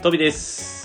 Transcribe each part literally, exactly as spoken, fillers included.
トビです。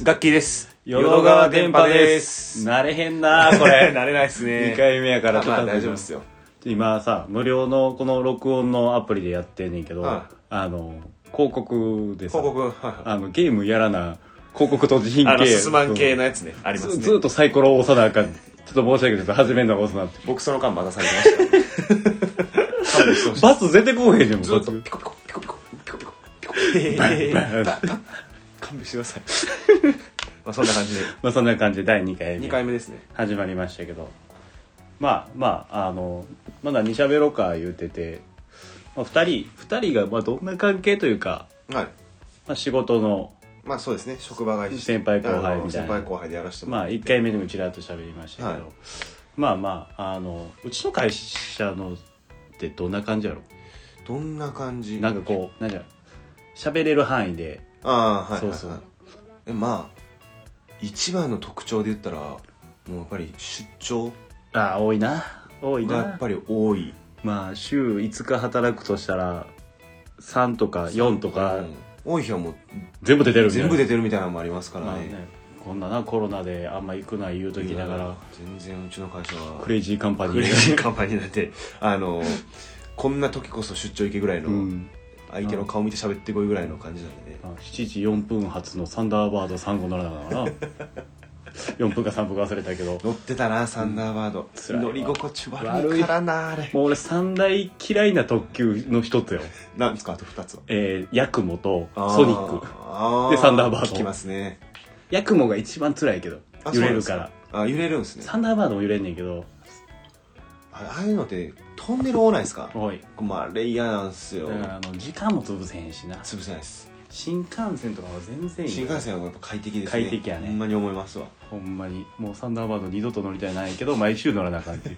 ガッキーです。 淀川電波です。慣れへんなこれ。 慣れないっすね。 にかいめやからちょっと、 まあ、大丈夫っすよ。 今さ、無料のこの録音のアプリでやってんねんけど、 はい、 あの広告でさ、 広告、はい、 あのゲームやらな広告と自品系、 あの進まん系のやつね、ありますね。 ず, ずっとサイコロを押さなあかん。ちょっと申し訳ないです。始めんのが遅なって。 僕その間待たされてました。 バツ出てこうへんねんもん。 ずっとピコピコピコピコピコピコピコピコ。勘弁してください。まあそんな感じで。 まあそんな感じでだいにかいめ。 にかいめですね。 始まりましたけど。まあまああのまだにしゃべろうか言うてて、まあ、ふたりふたりがまあどんな関係というか、はい、まあ、仕事のまあそうですね、職場が先輩後輩みたいな、 先輩後輩でやらせてもらって、 まあいっかいめでもちらっと喋りましたけど、はい、まあまああのうちの会社のってどんな感じやろ。 どんな感じ。 なんかこうなんじゃ喋れる範囲で。 ああはい、 そうそう、 はい、えまあ一番の特徴で言ったらもうやっぱり出張ああ多いな多いなやっぱり多い。 まあ週いつか働くとしたらさんとかよんとか、うん、 多い日はもう全部出てるみたいな全部出てるみたいなのもありますから ね,、まあ、 ねこんななコロナであんま行くな言うときながら全然うちの会社はクレイジーカンパニークレイジーカンパニーになってあのこんな時こそ出張行けぐらいの、うん、相手の顔見て喋ってこいぐらいの感じなんでね、 うん、しちじよんぷん発のサンダーバードさん号乗らなかったかなよんぷんかさんぷんか忘れたけど乗ってたなサンダーバード、うん、乗り心地悪いからなあれ。 もう俺三大嫌いな特急の一つよ。 なんですかあとふたつは。 えー、ヤクモとソニックでサンダーバード。 聞きますね。 ヤクモが一番辛いけど揺れるから。 あ揺れるんですね。 サンダーバードも揺れんねんけど、 ああいうのってトンネル多ないですか。 多い。 まああれ嫌なんすよ。 だからあの時間も潰せへんしな。 潰せないです。 新幹線とかは全然いい。 新幹線はやっぱ快適ですね。 快適やね。 ほんまに思いますわ。 ほんまにもうサンダーバード二度と乗りたいないけど毎週乗らなあかんっていう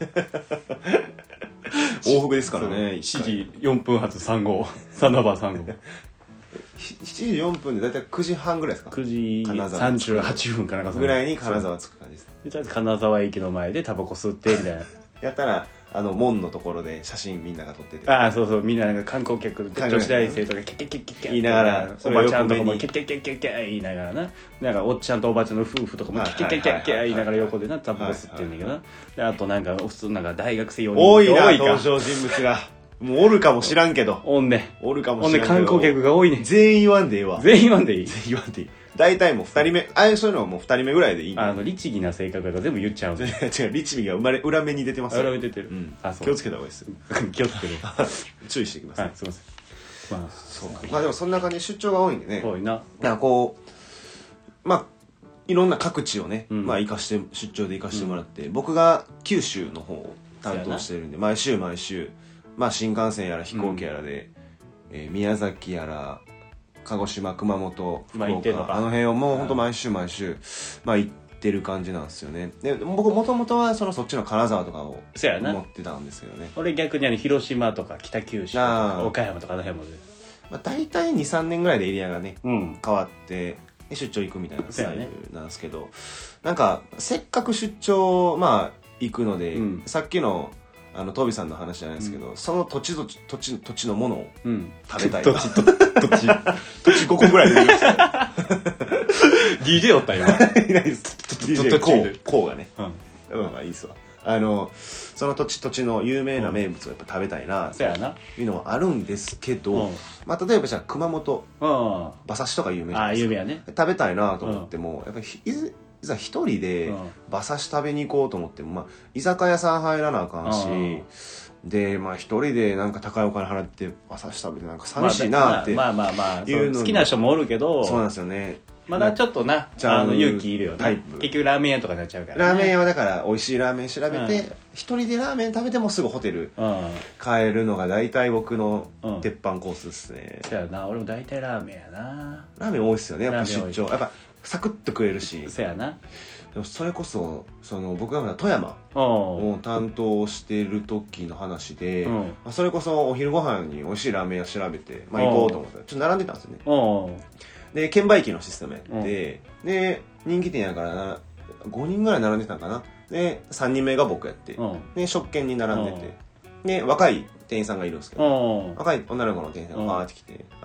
往復ですからね。 しちじよんぷん発さん号サンダーバードさん号しちじよんぷんでだいたいくじはんぐらいですか。 くじさんじゅうはっぷんかなんかぐらいに金沢着く感じです。 でとりあえず金沢駅の前でタバコ吸ってみたいなやったらあの門のところで写真みんなが撮ってて、 ああそうそうみんななんか観光客女子大生とかキャキャキャキャキャ言いながらおばちゃんとかもキャキャキャキャキャ言いながらな、なんかおっちゃんとおばちゃんの夫婦とかもキャキャキャキャキャ言いながら横でなタバコ吸ってんだけどな。であとなんか普通なんか大学生よにん多いな登場人物がもうおるかもしらんけどおんねおるかもしらんけどおんね観光客が多いね。 全員言わんでええわ。 全員言わんでいい。 全員言わんでいい。大体もうふたりめああそういうのはもうふたりめぐらいでいい、ね、 あの律儀な性格が全部言っちゃうの。 違う律儀が生まれ裏目に出てますよ。 裏目出てる、 うん、 あそう気をつけた方がいいです気をつける注意していきます、ね、 はいすいません。まあそうか。まあでもそんな感じで出張が多いんでね。 多いな。 なんかこうまあいろんな各地をね、 うん、 まあ行かして出張で行かしてもらって、うん、僕が九州の方を担当してるんで毎週毎週まあ新幹線やら飛行機やらで、うんえー、宮崎やら鹿児島熊本福岡、あの辺をもうほんと毎週毎週まあ行ってる感じなんですよね。で僕もともとはそのそっちの金沢とかを思ってたんですけどね。 俺逆にあの広島とか北九州とか岡山とかあの辺もで、 まあ、大体 にさんねんぐらいでエリアがね、うん、変わって出張行くみたいなスタイルなんですけど、ね、なんかせっかく出張まあ行くので、うん、さっきのあのトビさんの話じゃないですけど、うん、その土地土地土地土地のものを食べたいな、うん、土地土地土地ごこぐらいで見ました ディージェー おった今いないです ディージェー こうこうがね、うん、まあいいっすわ。あのその土地土地の有名な名物をやっぱ食べたいなというのはあるんですけど、うん、まあ例えばじゃあ熊本、うん、馬刺しとか有名じゃないですか。あ有名やね。食べたいなと思っても、うん、やっぱりいずいざ一人で馬刺し食べに行こうと思っても、まあ、居酒屋さん入らなあかんし、うん、でまあ一人でなんか高いお金払って馬刺し食べてなんか寂しいなっていうの、 まあまあまあ、まあ、好きな人もおるけどそうなんですよね。 まだちょっとなあの勇気いるよね。結局ラーメン屋とかになっちゃうから、ね、 ラーメン屋はだから美味しいラーメン調べて、うん、一人でラーメン食べてもすぐホテル帰るのが大体僕の鉄板コースですね。 そうやな俺も大体ラーメンやな。 ラーメン多いっすよねやっぱ出張やっぱサクッと食えるし。 そうやな。 でもそれこそその僕がまだ富山を担当してる時の話で、まあ、それこそお昼ご飯に美味しいラーメン屋調べて、まあ、行こうと思ってちょっと並んでたんですよね。で券売機のシステムやってで人気店やからごにんぐらい並んでたんかな。でさんにんめが僕やってで食券に並んでてで若い店員さんがいるんですけど若い女の子の店員さんがバーって来てあの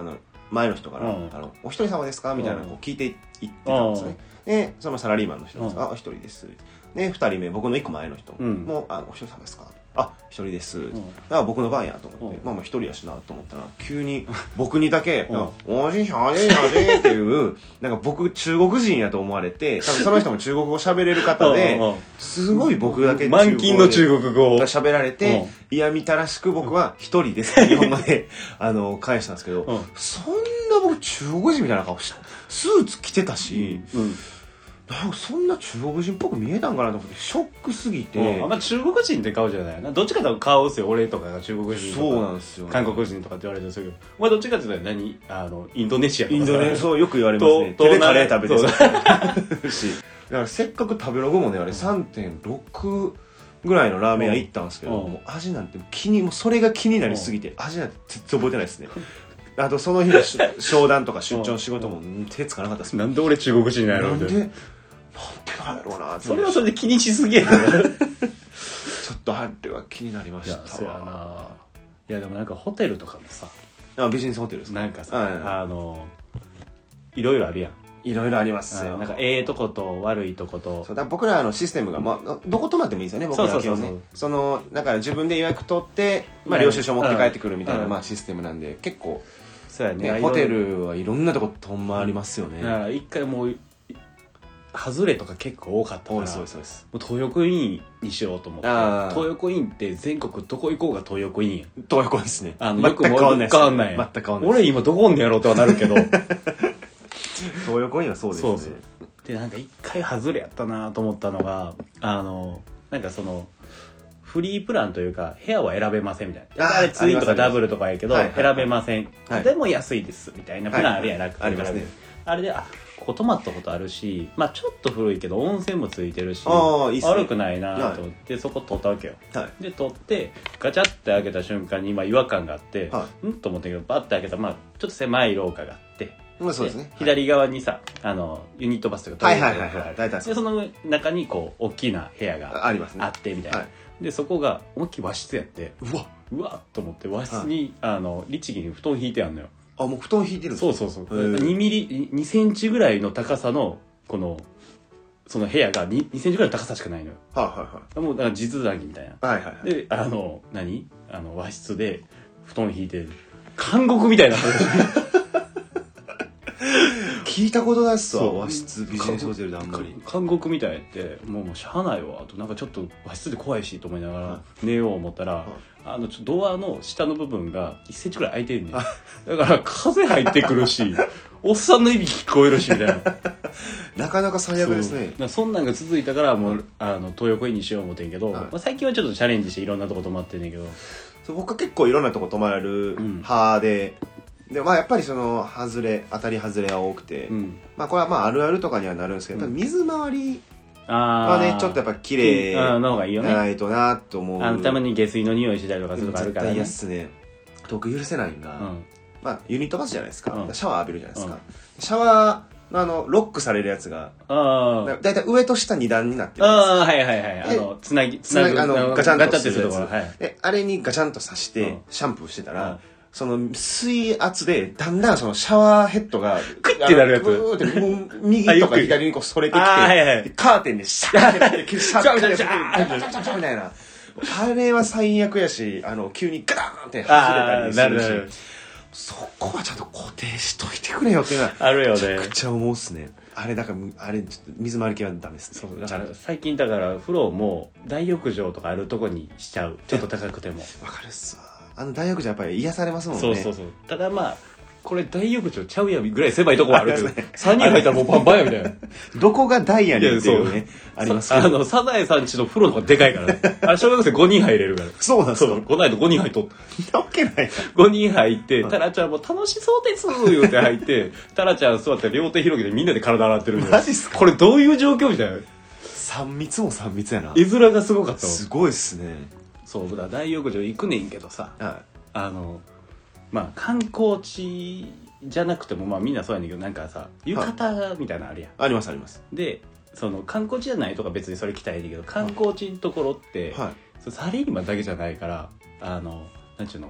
前の人から、うん、あのお一人様ですかみたいなのを聞いていってたんですね、うん、でそのサラリーマンの人が、うん、あ一人ですでふたりめ僕のいっこまえの人も、うん、あのお一人様ですかあ一人です、うん、だから僕の番やと思って、うん、まあまあ一人やしなと思ったら急に僕にだけ「おじいしゃじいしゃじい」っていうなんか僕中国人やと思われて多分その人も中国語喋れる方ですごい僕だけ満勤の中国語が喋られて嫌みたらしく僕は一人ですって日本語であの返したんですけど、うん、そんな僕中国人みたいな顔してスーツ着てたし、うんうんなんかそんな中国人っぽく見えたんかなと思ってショックすぎて、 うん、あんま中国人って顔じゃないなどっちかというと顔ですよ俺とかが中国人とかそうなんですよ、ね、 韓国人とかって言われてるんですけどお前どっちかっていうと何あのインドネシアとかインドネそうよく言われますね手でカレー食べてそうしだからせっかく食べログもねあれ さんてんろく ぐらいのラーメン屋行ったんですけど、うん、もう味なんて気にもうそれが気になりすぎて、うん、味なんて全然覚えてないですねあとその日の商談とか出張の仕事も手つかなかったです、 なんで俺中国人なんやろなんでなんだろうなそれはそれで気にしすぎやねちょっとあれは気になりましたわ。いやそうやないやでもなんかホテルとかもさあビジネスホテルですかなんかさ、はいはい、あのいろいろあるやんいろいろありますよなんかええとこと悪いとことそうだ僕らのシステムが、まあ、どこ泊まってもいいんですよね僕らは基本ねそのだから自分で予約取って、まあ、領収書持って帰ってくるみたいな、うんまあ、システムなんで結構そうやね、 ねホテルはいろんなとこ泊まりますよねだから一回もう外れとか結構多かったからそうですそうですもう東横インにしようと思って東横インって全国どこ行こうが東横インや東横ですねあの全く変わんないです変わんない全く変わんない俺今どこおんねやろうとはなるけど東横インはそうですねそうそうでなんか一回外れやったなと思ったのがあのなんかそのフリープランというか部屋は選べませんみたいなあれツインとかダブルとかやけど、はいはい、選べません、はい、でも安いですみたいなプランあるやなくて、 はい、ありますねあれであここ泊まったことあるしまあちょっと古いけど温泉もついてるしあいいっすね、悪くないなと思って、はい、そこ取ったわけよ、はい、で取ってガチャって開けた瞬間に今違和感があって、はい、んと思ったけどバッて開けたらまあちょっと狭い廊下があってまあそうですね、 左側にさあのユニットバスとかはいはいはいはい、 でその中にこう大きな部屋があってみたいな、はい、でそこが思いっきり和室やってうわうわっと思って和室に、はい、あの律儀に布団引いてあんのよあもう布団引いてるんですかそうそうそうにミリにセンチぐらいの高さのこのその部屋が 2, にセンチぐらいの高さしかないのよはいはいはいもうだから実談みたいなはいはいはいであの何あの和室で布団引いてる監獄みたいな聞いたことないっすわ和室ビジネスホテルであんまり監獄みたいやってもうもうしゃあないわとなんかちょっと和室で怖いしと思いながら寝よう思ったら、はい、あのちょドアの下の部分がいっセンチくらい開いてるねんだから風入ってくるしおっさんのいびき聞こえるしみたいななかなか最悪ですねそ, そんなんが続いたからもう、うん、あの東横インにしよう思ってんけど、はいまあ、最近はちょっとチャレンジしていろんなとこ泊まってんねんけどそう僕は結構いろんなとこ泊まる派で、うん、でまあやっぱりその外れ当たり外れは多くて、うん、まあこれはまああるあるとかにはなるんですけど、うん、水回りはねちょっとやっぱ綺麗じゃないとなと思うあのたまに下水の匂いしたりとかするとかあるからね絶対嫌っすね僕許せないんが、うんまあ、ユニットバスじゃないですか、うん、シャワー浴びるじゃないですか、うん、シャワーのあのロックされるやつがだいたい上と下に段になってるんですああはいはいはいあのつなぎつなぎあのガチャンとするやつ、はい、であれにガチャンと刺してシャンプーしてたら、うん、その水圧でだんだんそのシャワーヘッドがクッてなるやつグーって右とか左にこうそれてきて、はいはい、カーテンでシャーってシャーってシャーみたいなあれは最悪やしあの急にガーンって外れたりするしそこはちゃんと固定しといてくれよっていうのはあるよねめちゃくちゃ思うっすねあれだからあれちょっと水回り系はダメですねそうだから最近だから風呂も大浴場とかあるとこにしちゃうちょっと高くてもわかるっすわあの大浴場やっぱり癒されますもんねそうそうそうただまあこれ大浴場ちゃうやんぐらい狭いとこはあるけどさんにん入ったらもうパンパンやみたいなどこが大やねんっていうねありますけどあのサザエさんちの風呂の方がでかいからねあれ小学生ごにん入れるからそうなんですかこないだごにん入っとったなわけないごにん入ってタラちゃんも楽しそうです言うて入ってタラちゃん座って両手広げてみんなで体洗ってるマジっすかこれどういう状況みたいなさん密もさん密やな絵面がすごかったすごいっすねそうだ大浴場行くねんけどさ、はい、あのまあ観光地じゃなくてもまあみんなそうやねんけどなんかさ浴衣みたいなのあるやん、 はい、ありますありますでその観光地じゃないとか別にそれ着たいねんけど観光地のところって、はい、そサラリーマンだけじゃないからあのなんちゅうの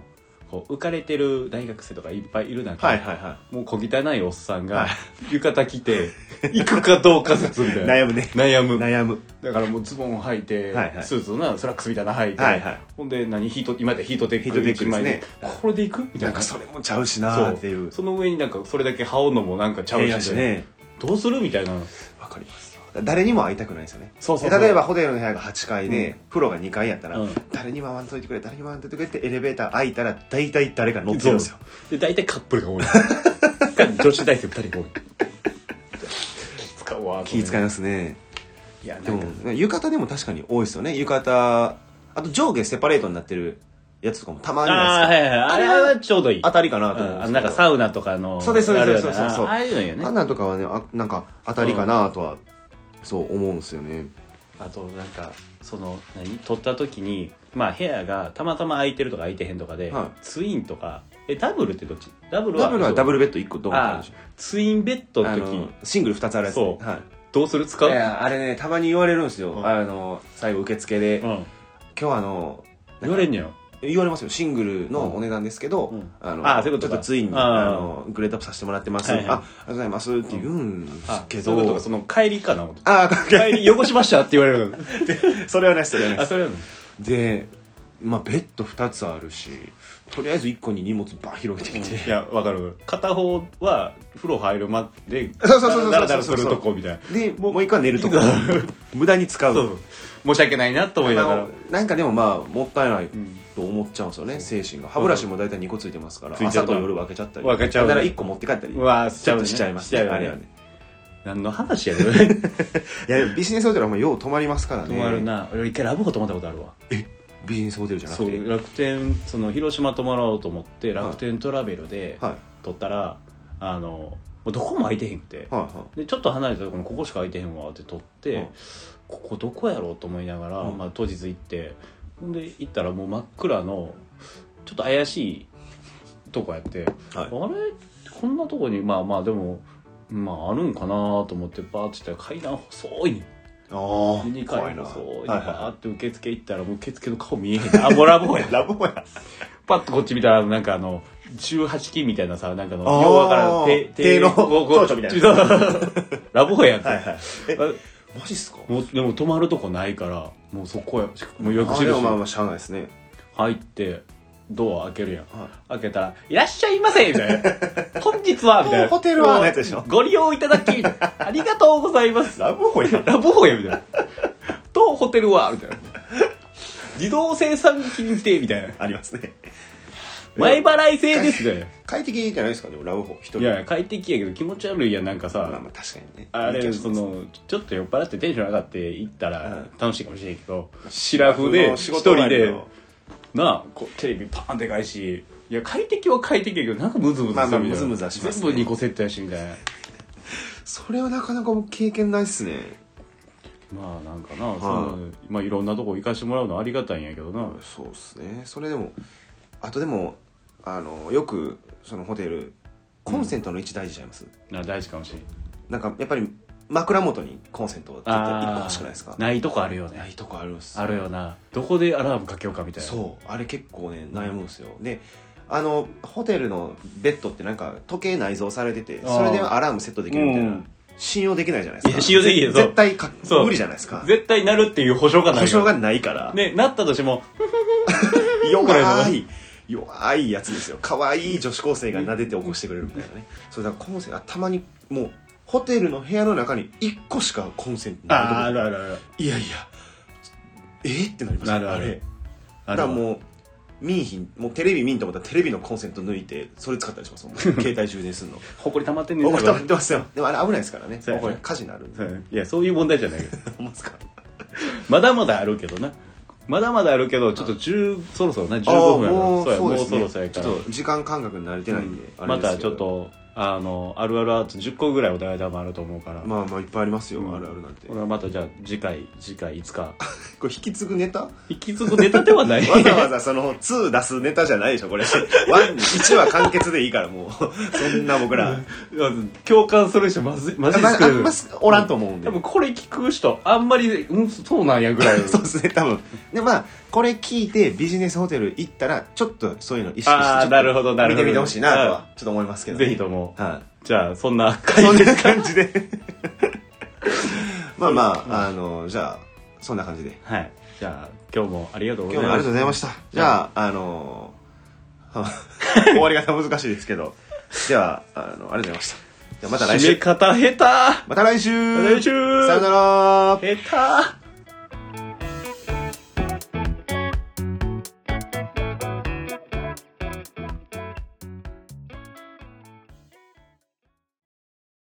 こう浮かれてる大学生とかいっぱいいる中、 はいはいはい、 もう小汚いおっさんが浴衣着て行くかどうか説みたいな悩むね悩む悩むだからもうズボン履いて、はいはい、スーツのなスラックスみたいなの履いて、 はいはい、 ほんで何ヒート今でヒートテックヒートテックですね、 これで行くみたいな、 なんかそれもちゃうしなっていう、 その上になんかそれだけ羽織るのもなんかちゃうし、ね、どうするみたいな。わかります。誰にも会いたくないですよね。 そうそうそう、 例えばホテルの部屋がはちかいで、うん、風呂がにかいやったら、うん、誰にも会わんといてくれ誰にも会わんといてくれってエレベーター開いたら大体誰か乗ってるんですよ。 で大体カップルが多い女子大生ふたりが多い使うわ、 気使いますね。いやでも浴衣でも確かに多いですよね。浴衣あと上下セパレートになってるやつとかもたまにあるんですよ。あ、はいはい、あれはちょうどいい。 当たりかなと思うんですけど、 うん、なんかサウナとかのそうですそうですそうですそう、 ああいうのよね。 あんなんとかはね、あなんか当たりかなとは、うん、そう思うんですよね。 あとなんかその何撮った時にまあ部屋がたまたま空いてるとか空いてへんとかで、はい、ツインとかえダブルってどっち？ダブルはダブルはダブルベッドいっこどうかあるでしょ。 ツインベッドの時のシングルふたつあるやつ、 ね、 はい、 どうする使う？ いやあれねたまに言われるんですよ、うん、あの最後受付で、うん、今日あの言われんねや。 言われますよ。シングルのお値段ですけど、うん、あのああそういうことちょっとツインにあのグレードアップさせてもらってます、はいはい、あありがとうございますって言うんですけど、 うん、そういうことか。その帰りかなあ帰り汚しましたって言われるそれはないですそれはないです。 あそれはないでまあベッドふたつあるしとりあえずいっこに荷物バー広げてみて、 うん、いやわかる。片方は風呂入るまでそうそうそうそうダラダラするとこみたいなでもう一個は寝るとこ無駄に使う。 そう申し訳ないなと思いながらなんかでもまあもったいない、うんと思っちゃうんですよね。精神が歯ブラシも大体にこついてますから朝と夜分けちゃったり分けちゃうだからいっこ持って帰ったりうわしちゃう、ね、 しちゃいますね。あれはね何の話やねいやビジネスホテルはもうよう泊まりますからね。 泊まるな。俺一回ラブホ泊まったことあるわ。 えビジネスホテルじゃなくてそう楽天その広島泊まろうと思って楽天トラベルで取ったら、はい、あのもうどこも空いてへんくて、はいはい、でちょっと離れたところにここしか空いてへんわって取って、はい、ここどこやろうと思いながら、うんまあ、当日行ってほんで行ったらもう真っ暗のちょっと怪しいとこやって、はい、あれこんなとこにまあまあでもまああるんかなと思ってバーッて行ったら階段細いあにかい細いバーって受付行ったらもう受付の顔見えへん。あもうラブホやラブホやパッとこっち見たらなんかあのじゅうはちきんみたいなさなんかのようわからん手の蝶々みたいなラブホやって、 はいはい、えマジっすか？ もうでも泊まるとこないからもうそこやもう予約してるし。 あでもまあまあしゃあないですね。 入ってドア開けるやん、はい、開けたら「いらっしゃいませ」みたいな「本日は」みたいな「 ホテルは」のやつでしょ。 ご利用いただきありがとうございますラブホやラブホやみたいな「とホテルは」みたいな自動生産金定みたいなありますね。 前払い制ですね。 快適じゃないですかでもラブホ一人。 いや快適やけど気持ち悪いやんなんかさ。 まあまあ確かにね。 あれそのちょっと酔っ払ってテンション上がって行ったら楽しいかもしれんけど、うん、シラフで一人でなあこうテレビパーンでかいしいや快適は快適やけどなんかムズムズするみたいな、まあ、まあムズムズはしますね。全部にこセットやしみたいなそれはなかなか経験ないっすね。 まあなんかな、はいそのまあ、いろんなとこ行かしてもらうのはありがたいんやけどな。 そうっすね。それでもあとでもあのよくそのホテルコンセントの位置大事ちゃいます、 うん、あ大事かもしれん。 なんかやっぱり枕元にコンセント絶対いっこ欲しくないですか？ ないとこあるよね。 ないとこあるんすよ。 あるよな。どこでアラームかけようかみたいな。 そうあれ結構ね悩むんですよ。であのホテルのベッドってなんか時計内蔵されててそれでアラームセットできるみたいな、うん、信用できないじゃないですか。いや信用できない。 絶対か無理じゃないですか。 絶対なるっていう保証がない。 保証がないからねなったとしても弱い弱いやつですよ。可愛い女子高生が撫でて起こしてくれるみたいなね。それだからコンセントたまにもうホテルの部屋の中にいっこしかコンセントないとこ。 ああるあるある。 いやいやえー、ってなりますあるある。 だからもう見んひんもうテレビ見んと思ったらテレビのコンセント抜いてそれ使ったりしますもん携帯充電するのほこり溜まってんねん。 ほこり溜まってますよ。でもあれ危ないですからね。これ火事になるんで、 うん、いやそういう問題じゃないけど思いますかまだまだあるけどな。まだまだあるけどちょっとじゅうそろそろなじゅうごふんやから。 もうそうですね。 もうそろそろやからちょっと時間感覚に慣れてないんで、 うん、またちょっとあのあるあるあとじゅっこぐらいお題多分あると思うから、 まあまあいっぱいありますよ、うん、あるあるなんて。 またじゃあ次回次回いつかこれ引き継ぐネタ引き継ぐネタではないわざわざそのに出すネタじゃないでしょこれいちわ完結でいいからもうそんな僕ら共感する人まずマジで少ない、まあ、おらんと思うんで、 多分これ聞く人あんまりうんそうなんやぐらいそうですね多分でまあこれ聞いてビジネスホテル行ったらちょっとそういうの意識してあなるほどなるほど見てみてほしいなとはちょっと思いますけど、 ね、ぜひとも、 はい、 じゃあそんな感じで感じでまあまああのじゃあそんな感じで、 はい、じゃあ今日もありがとうございました。今日もありがとうございました。じゃああの終わり方難しいですけどではあのありがとうございました。じゃあまた来週。 締め方下手。 また来週。 また来週。 さよなら。 下手。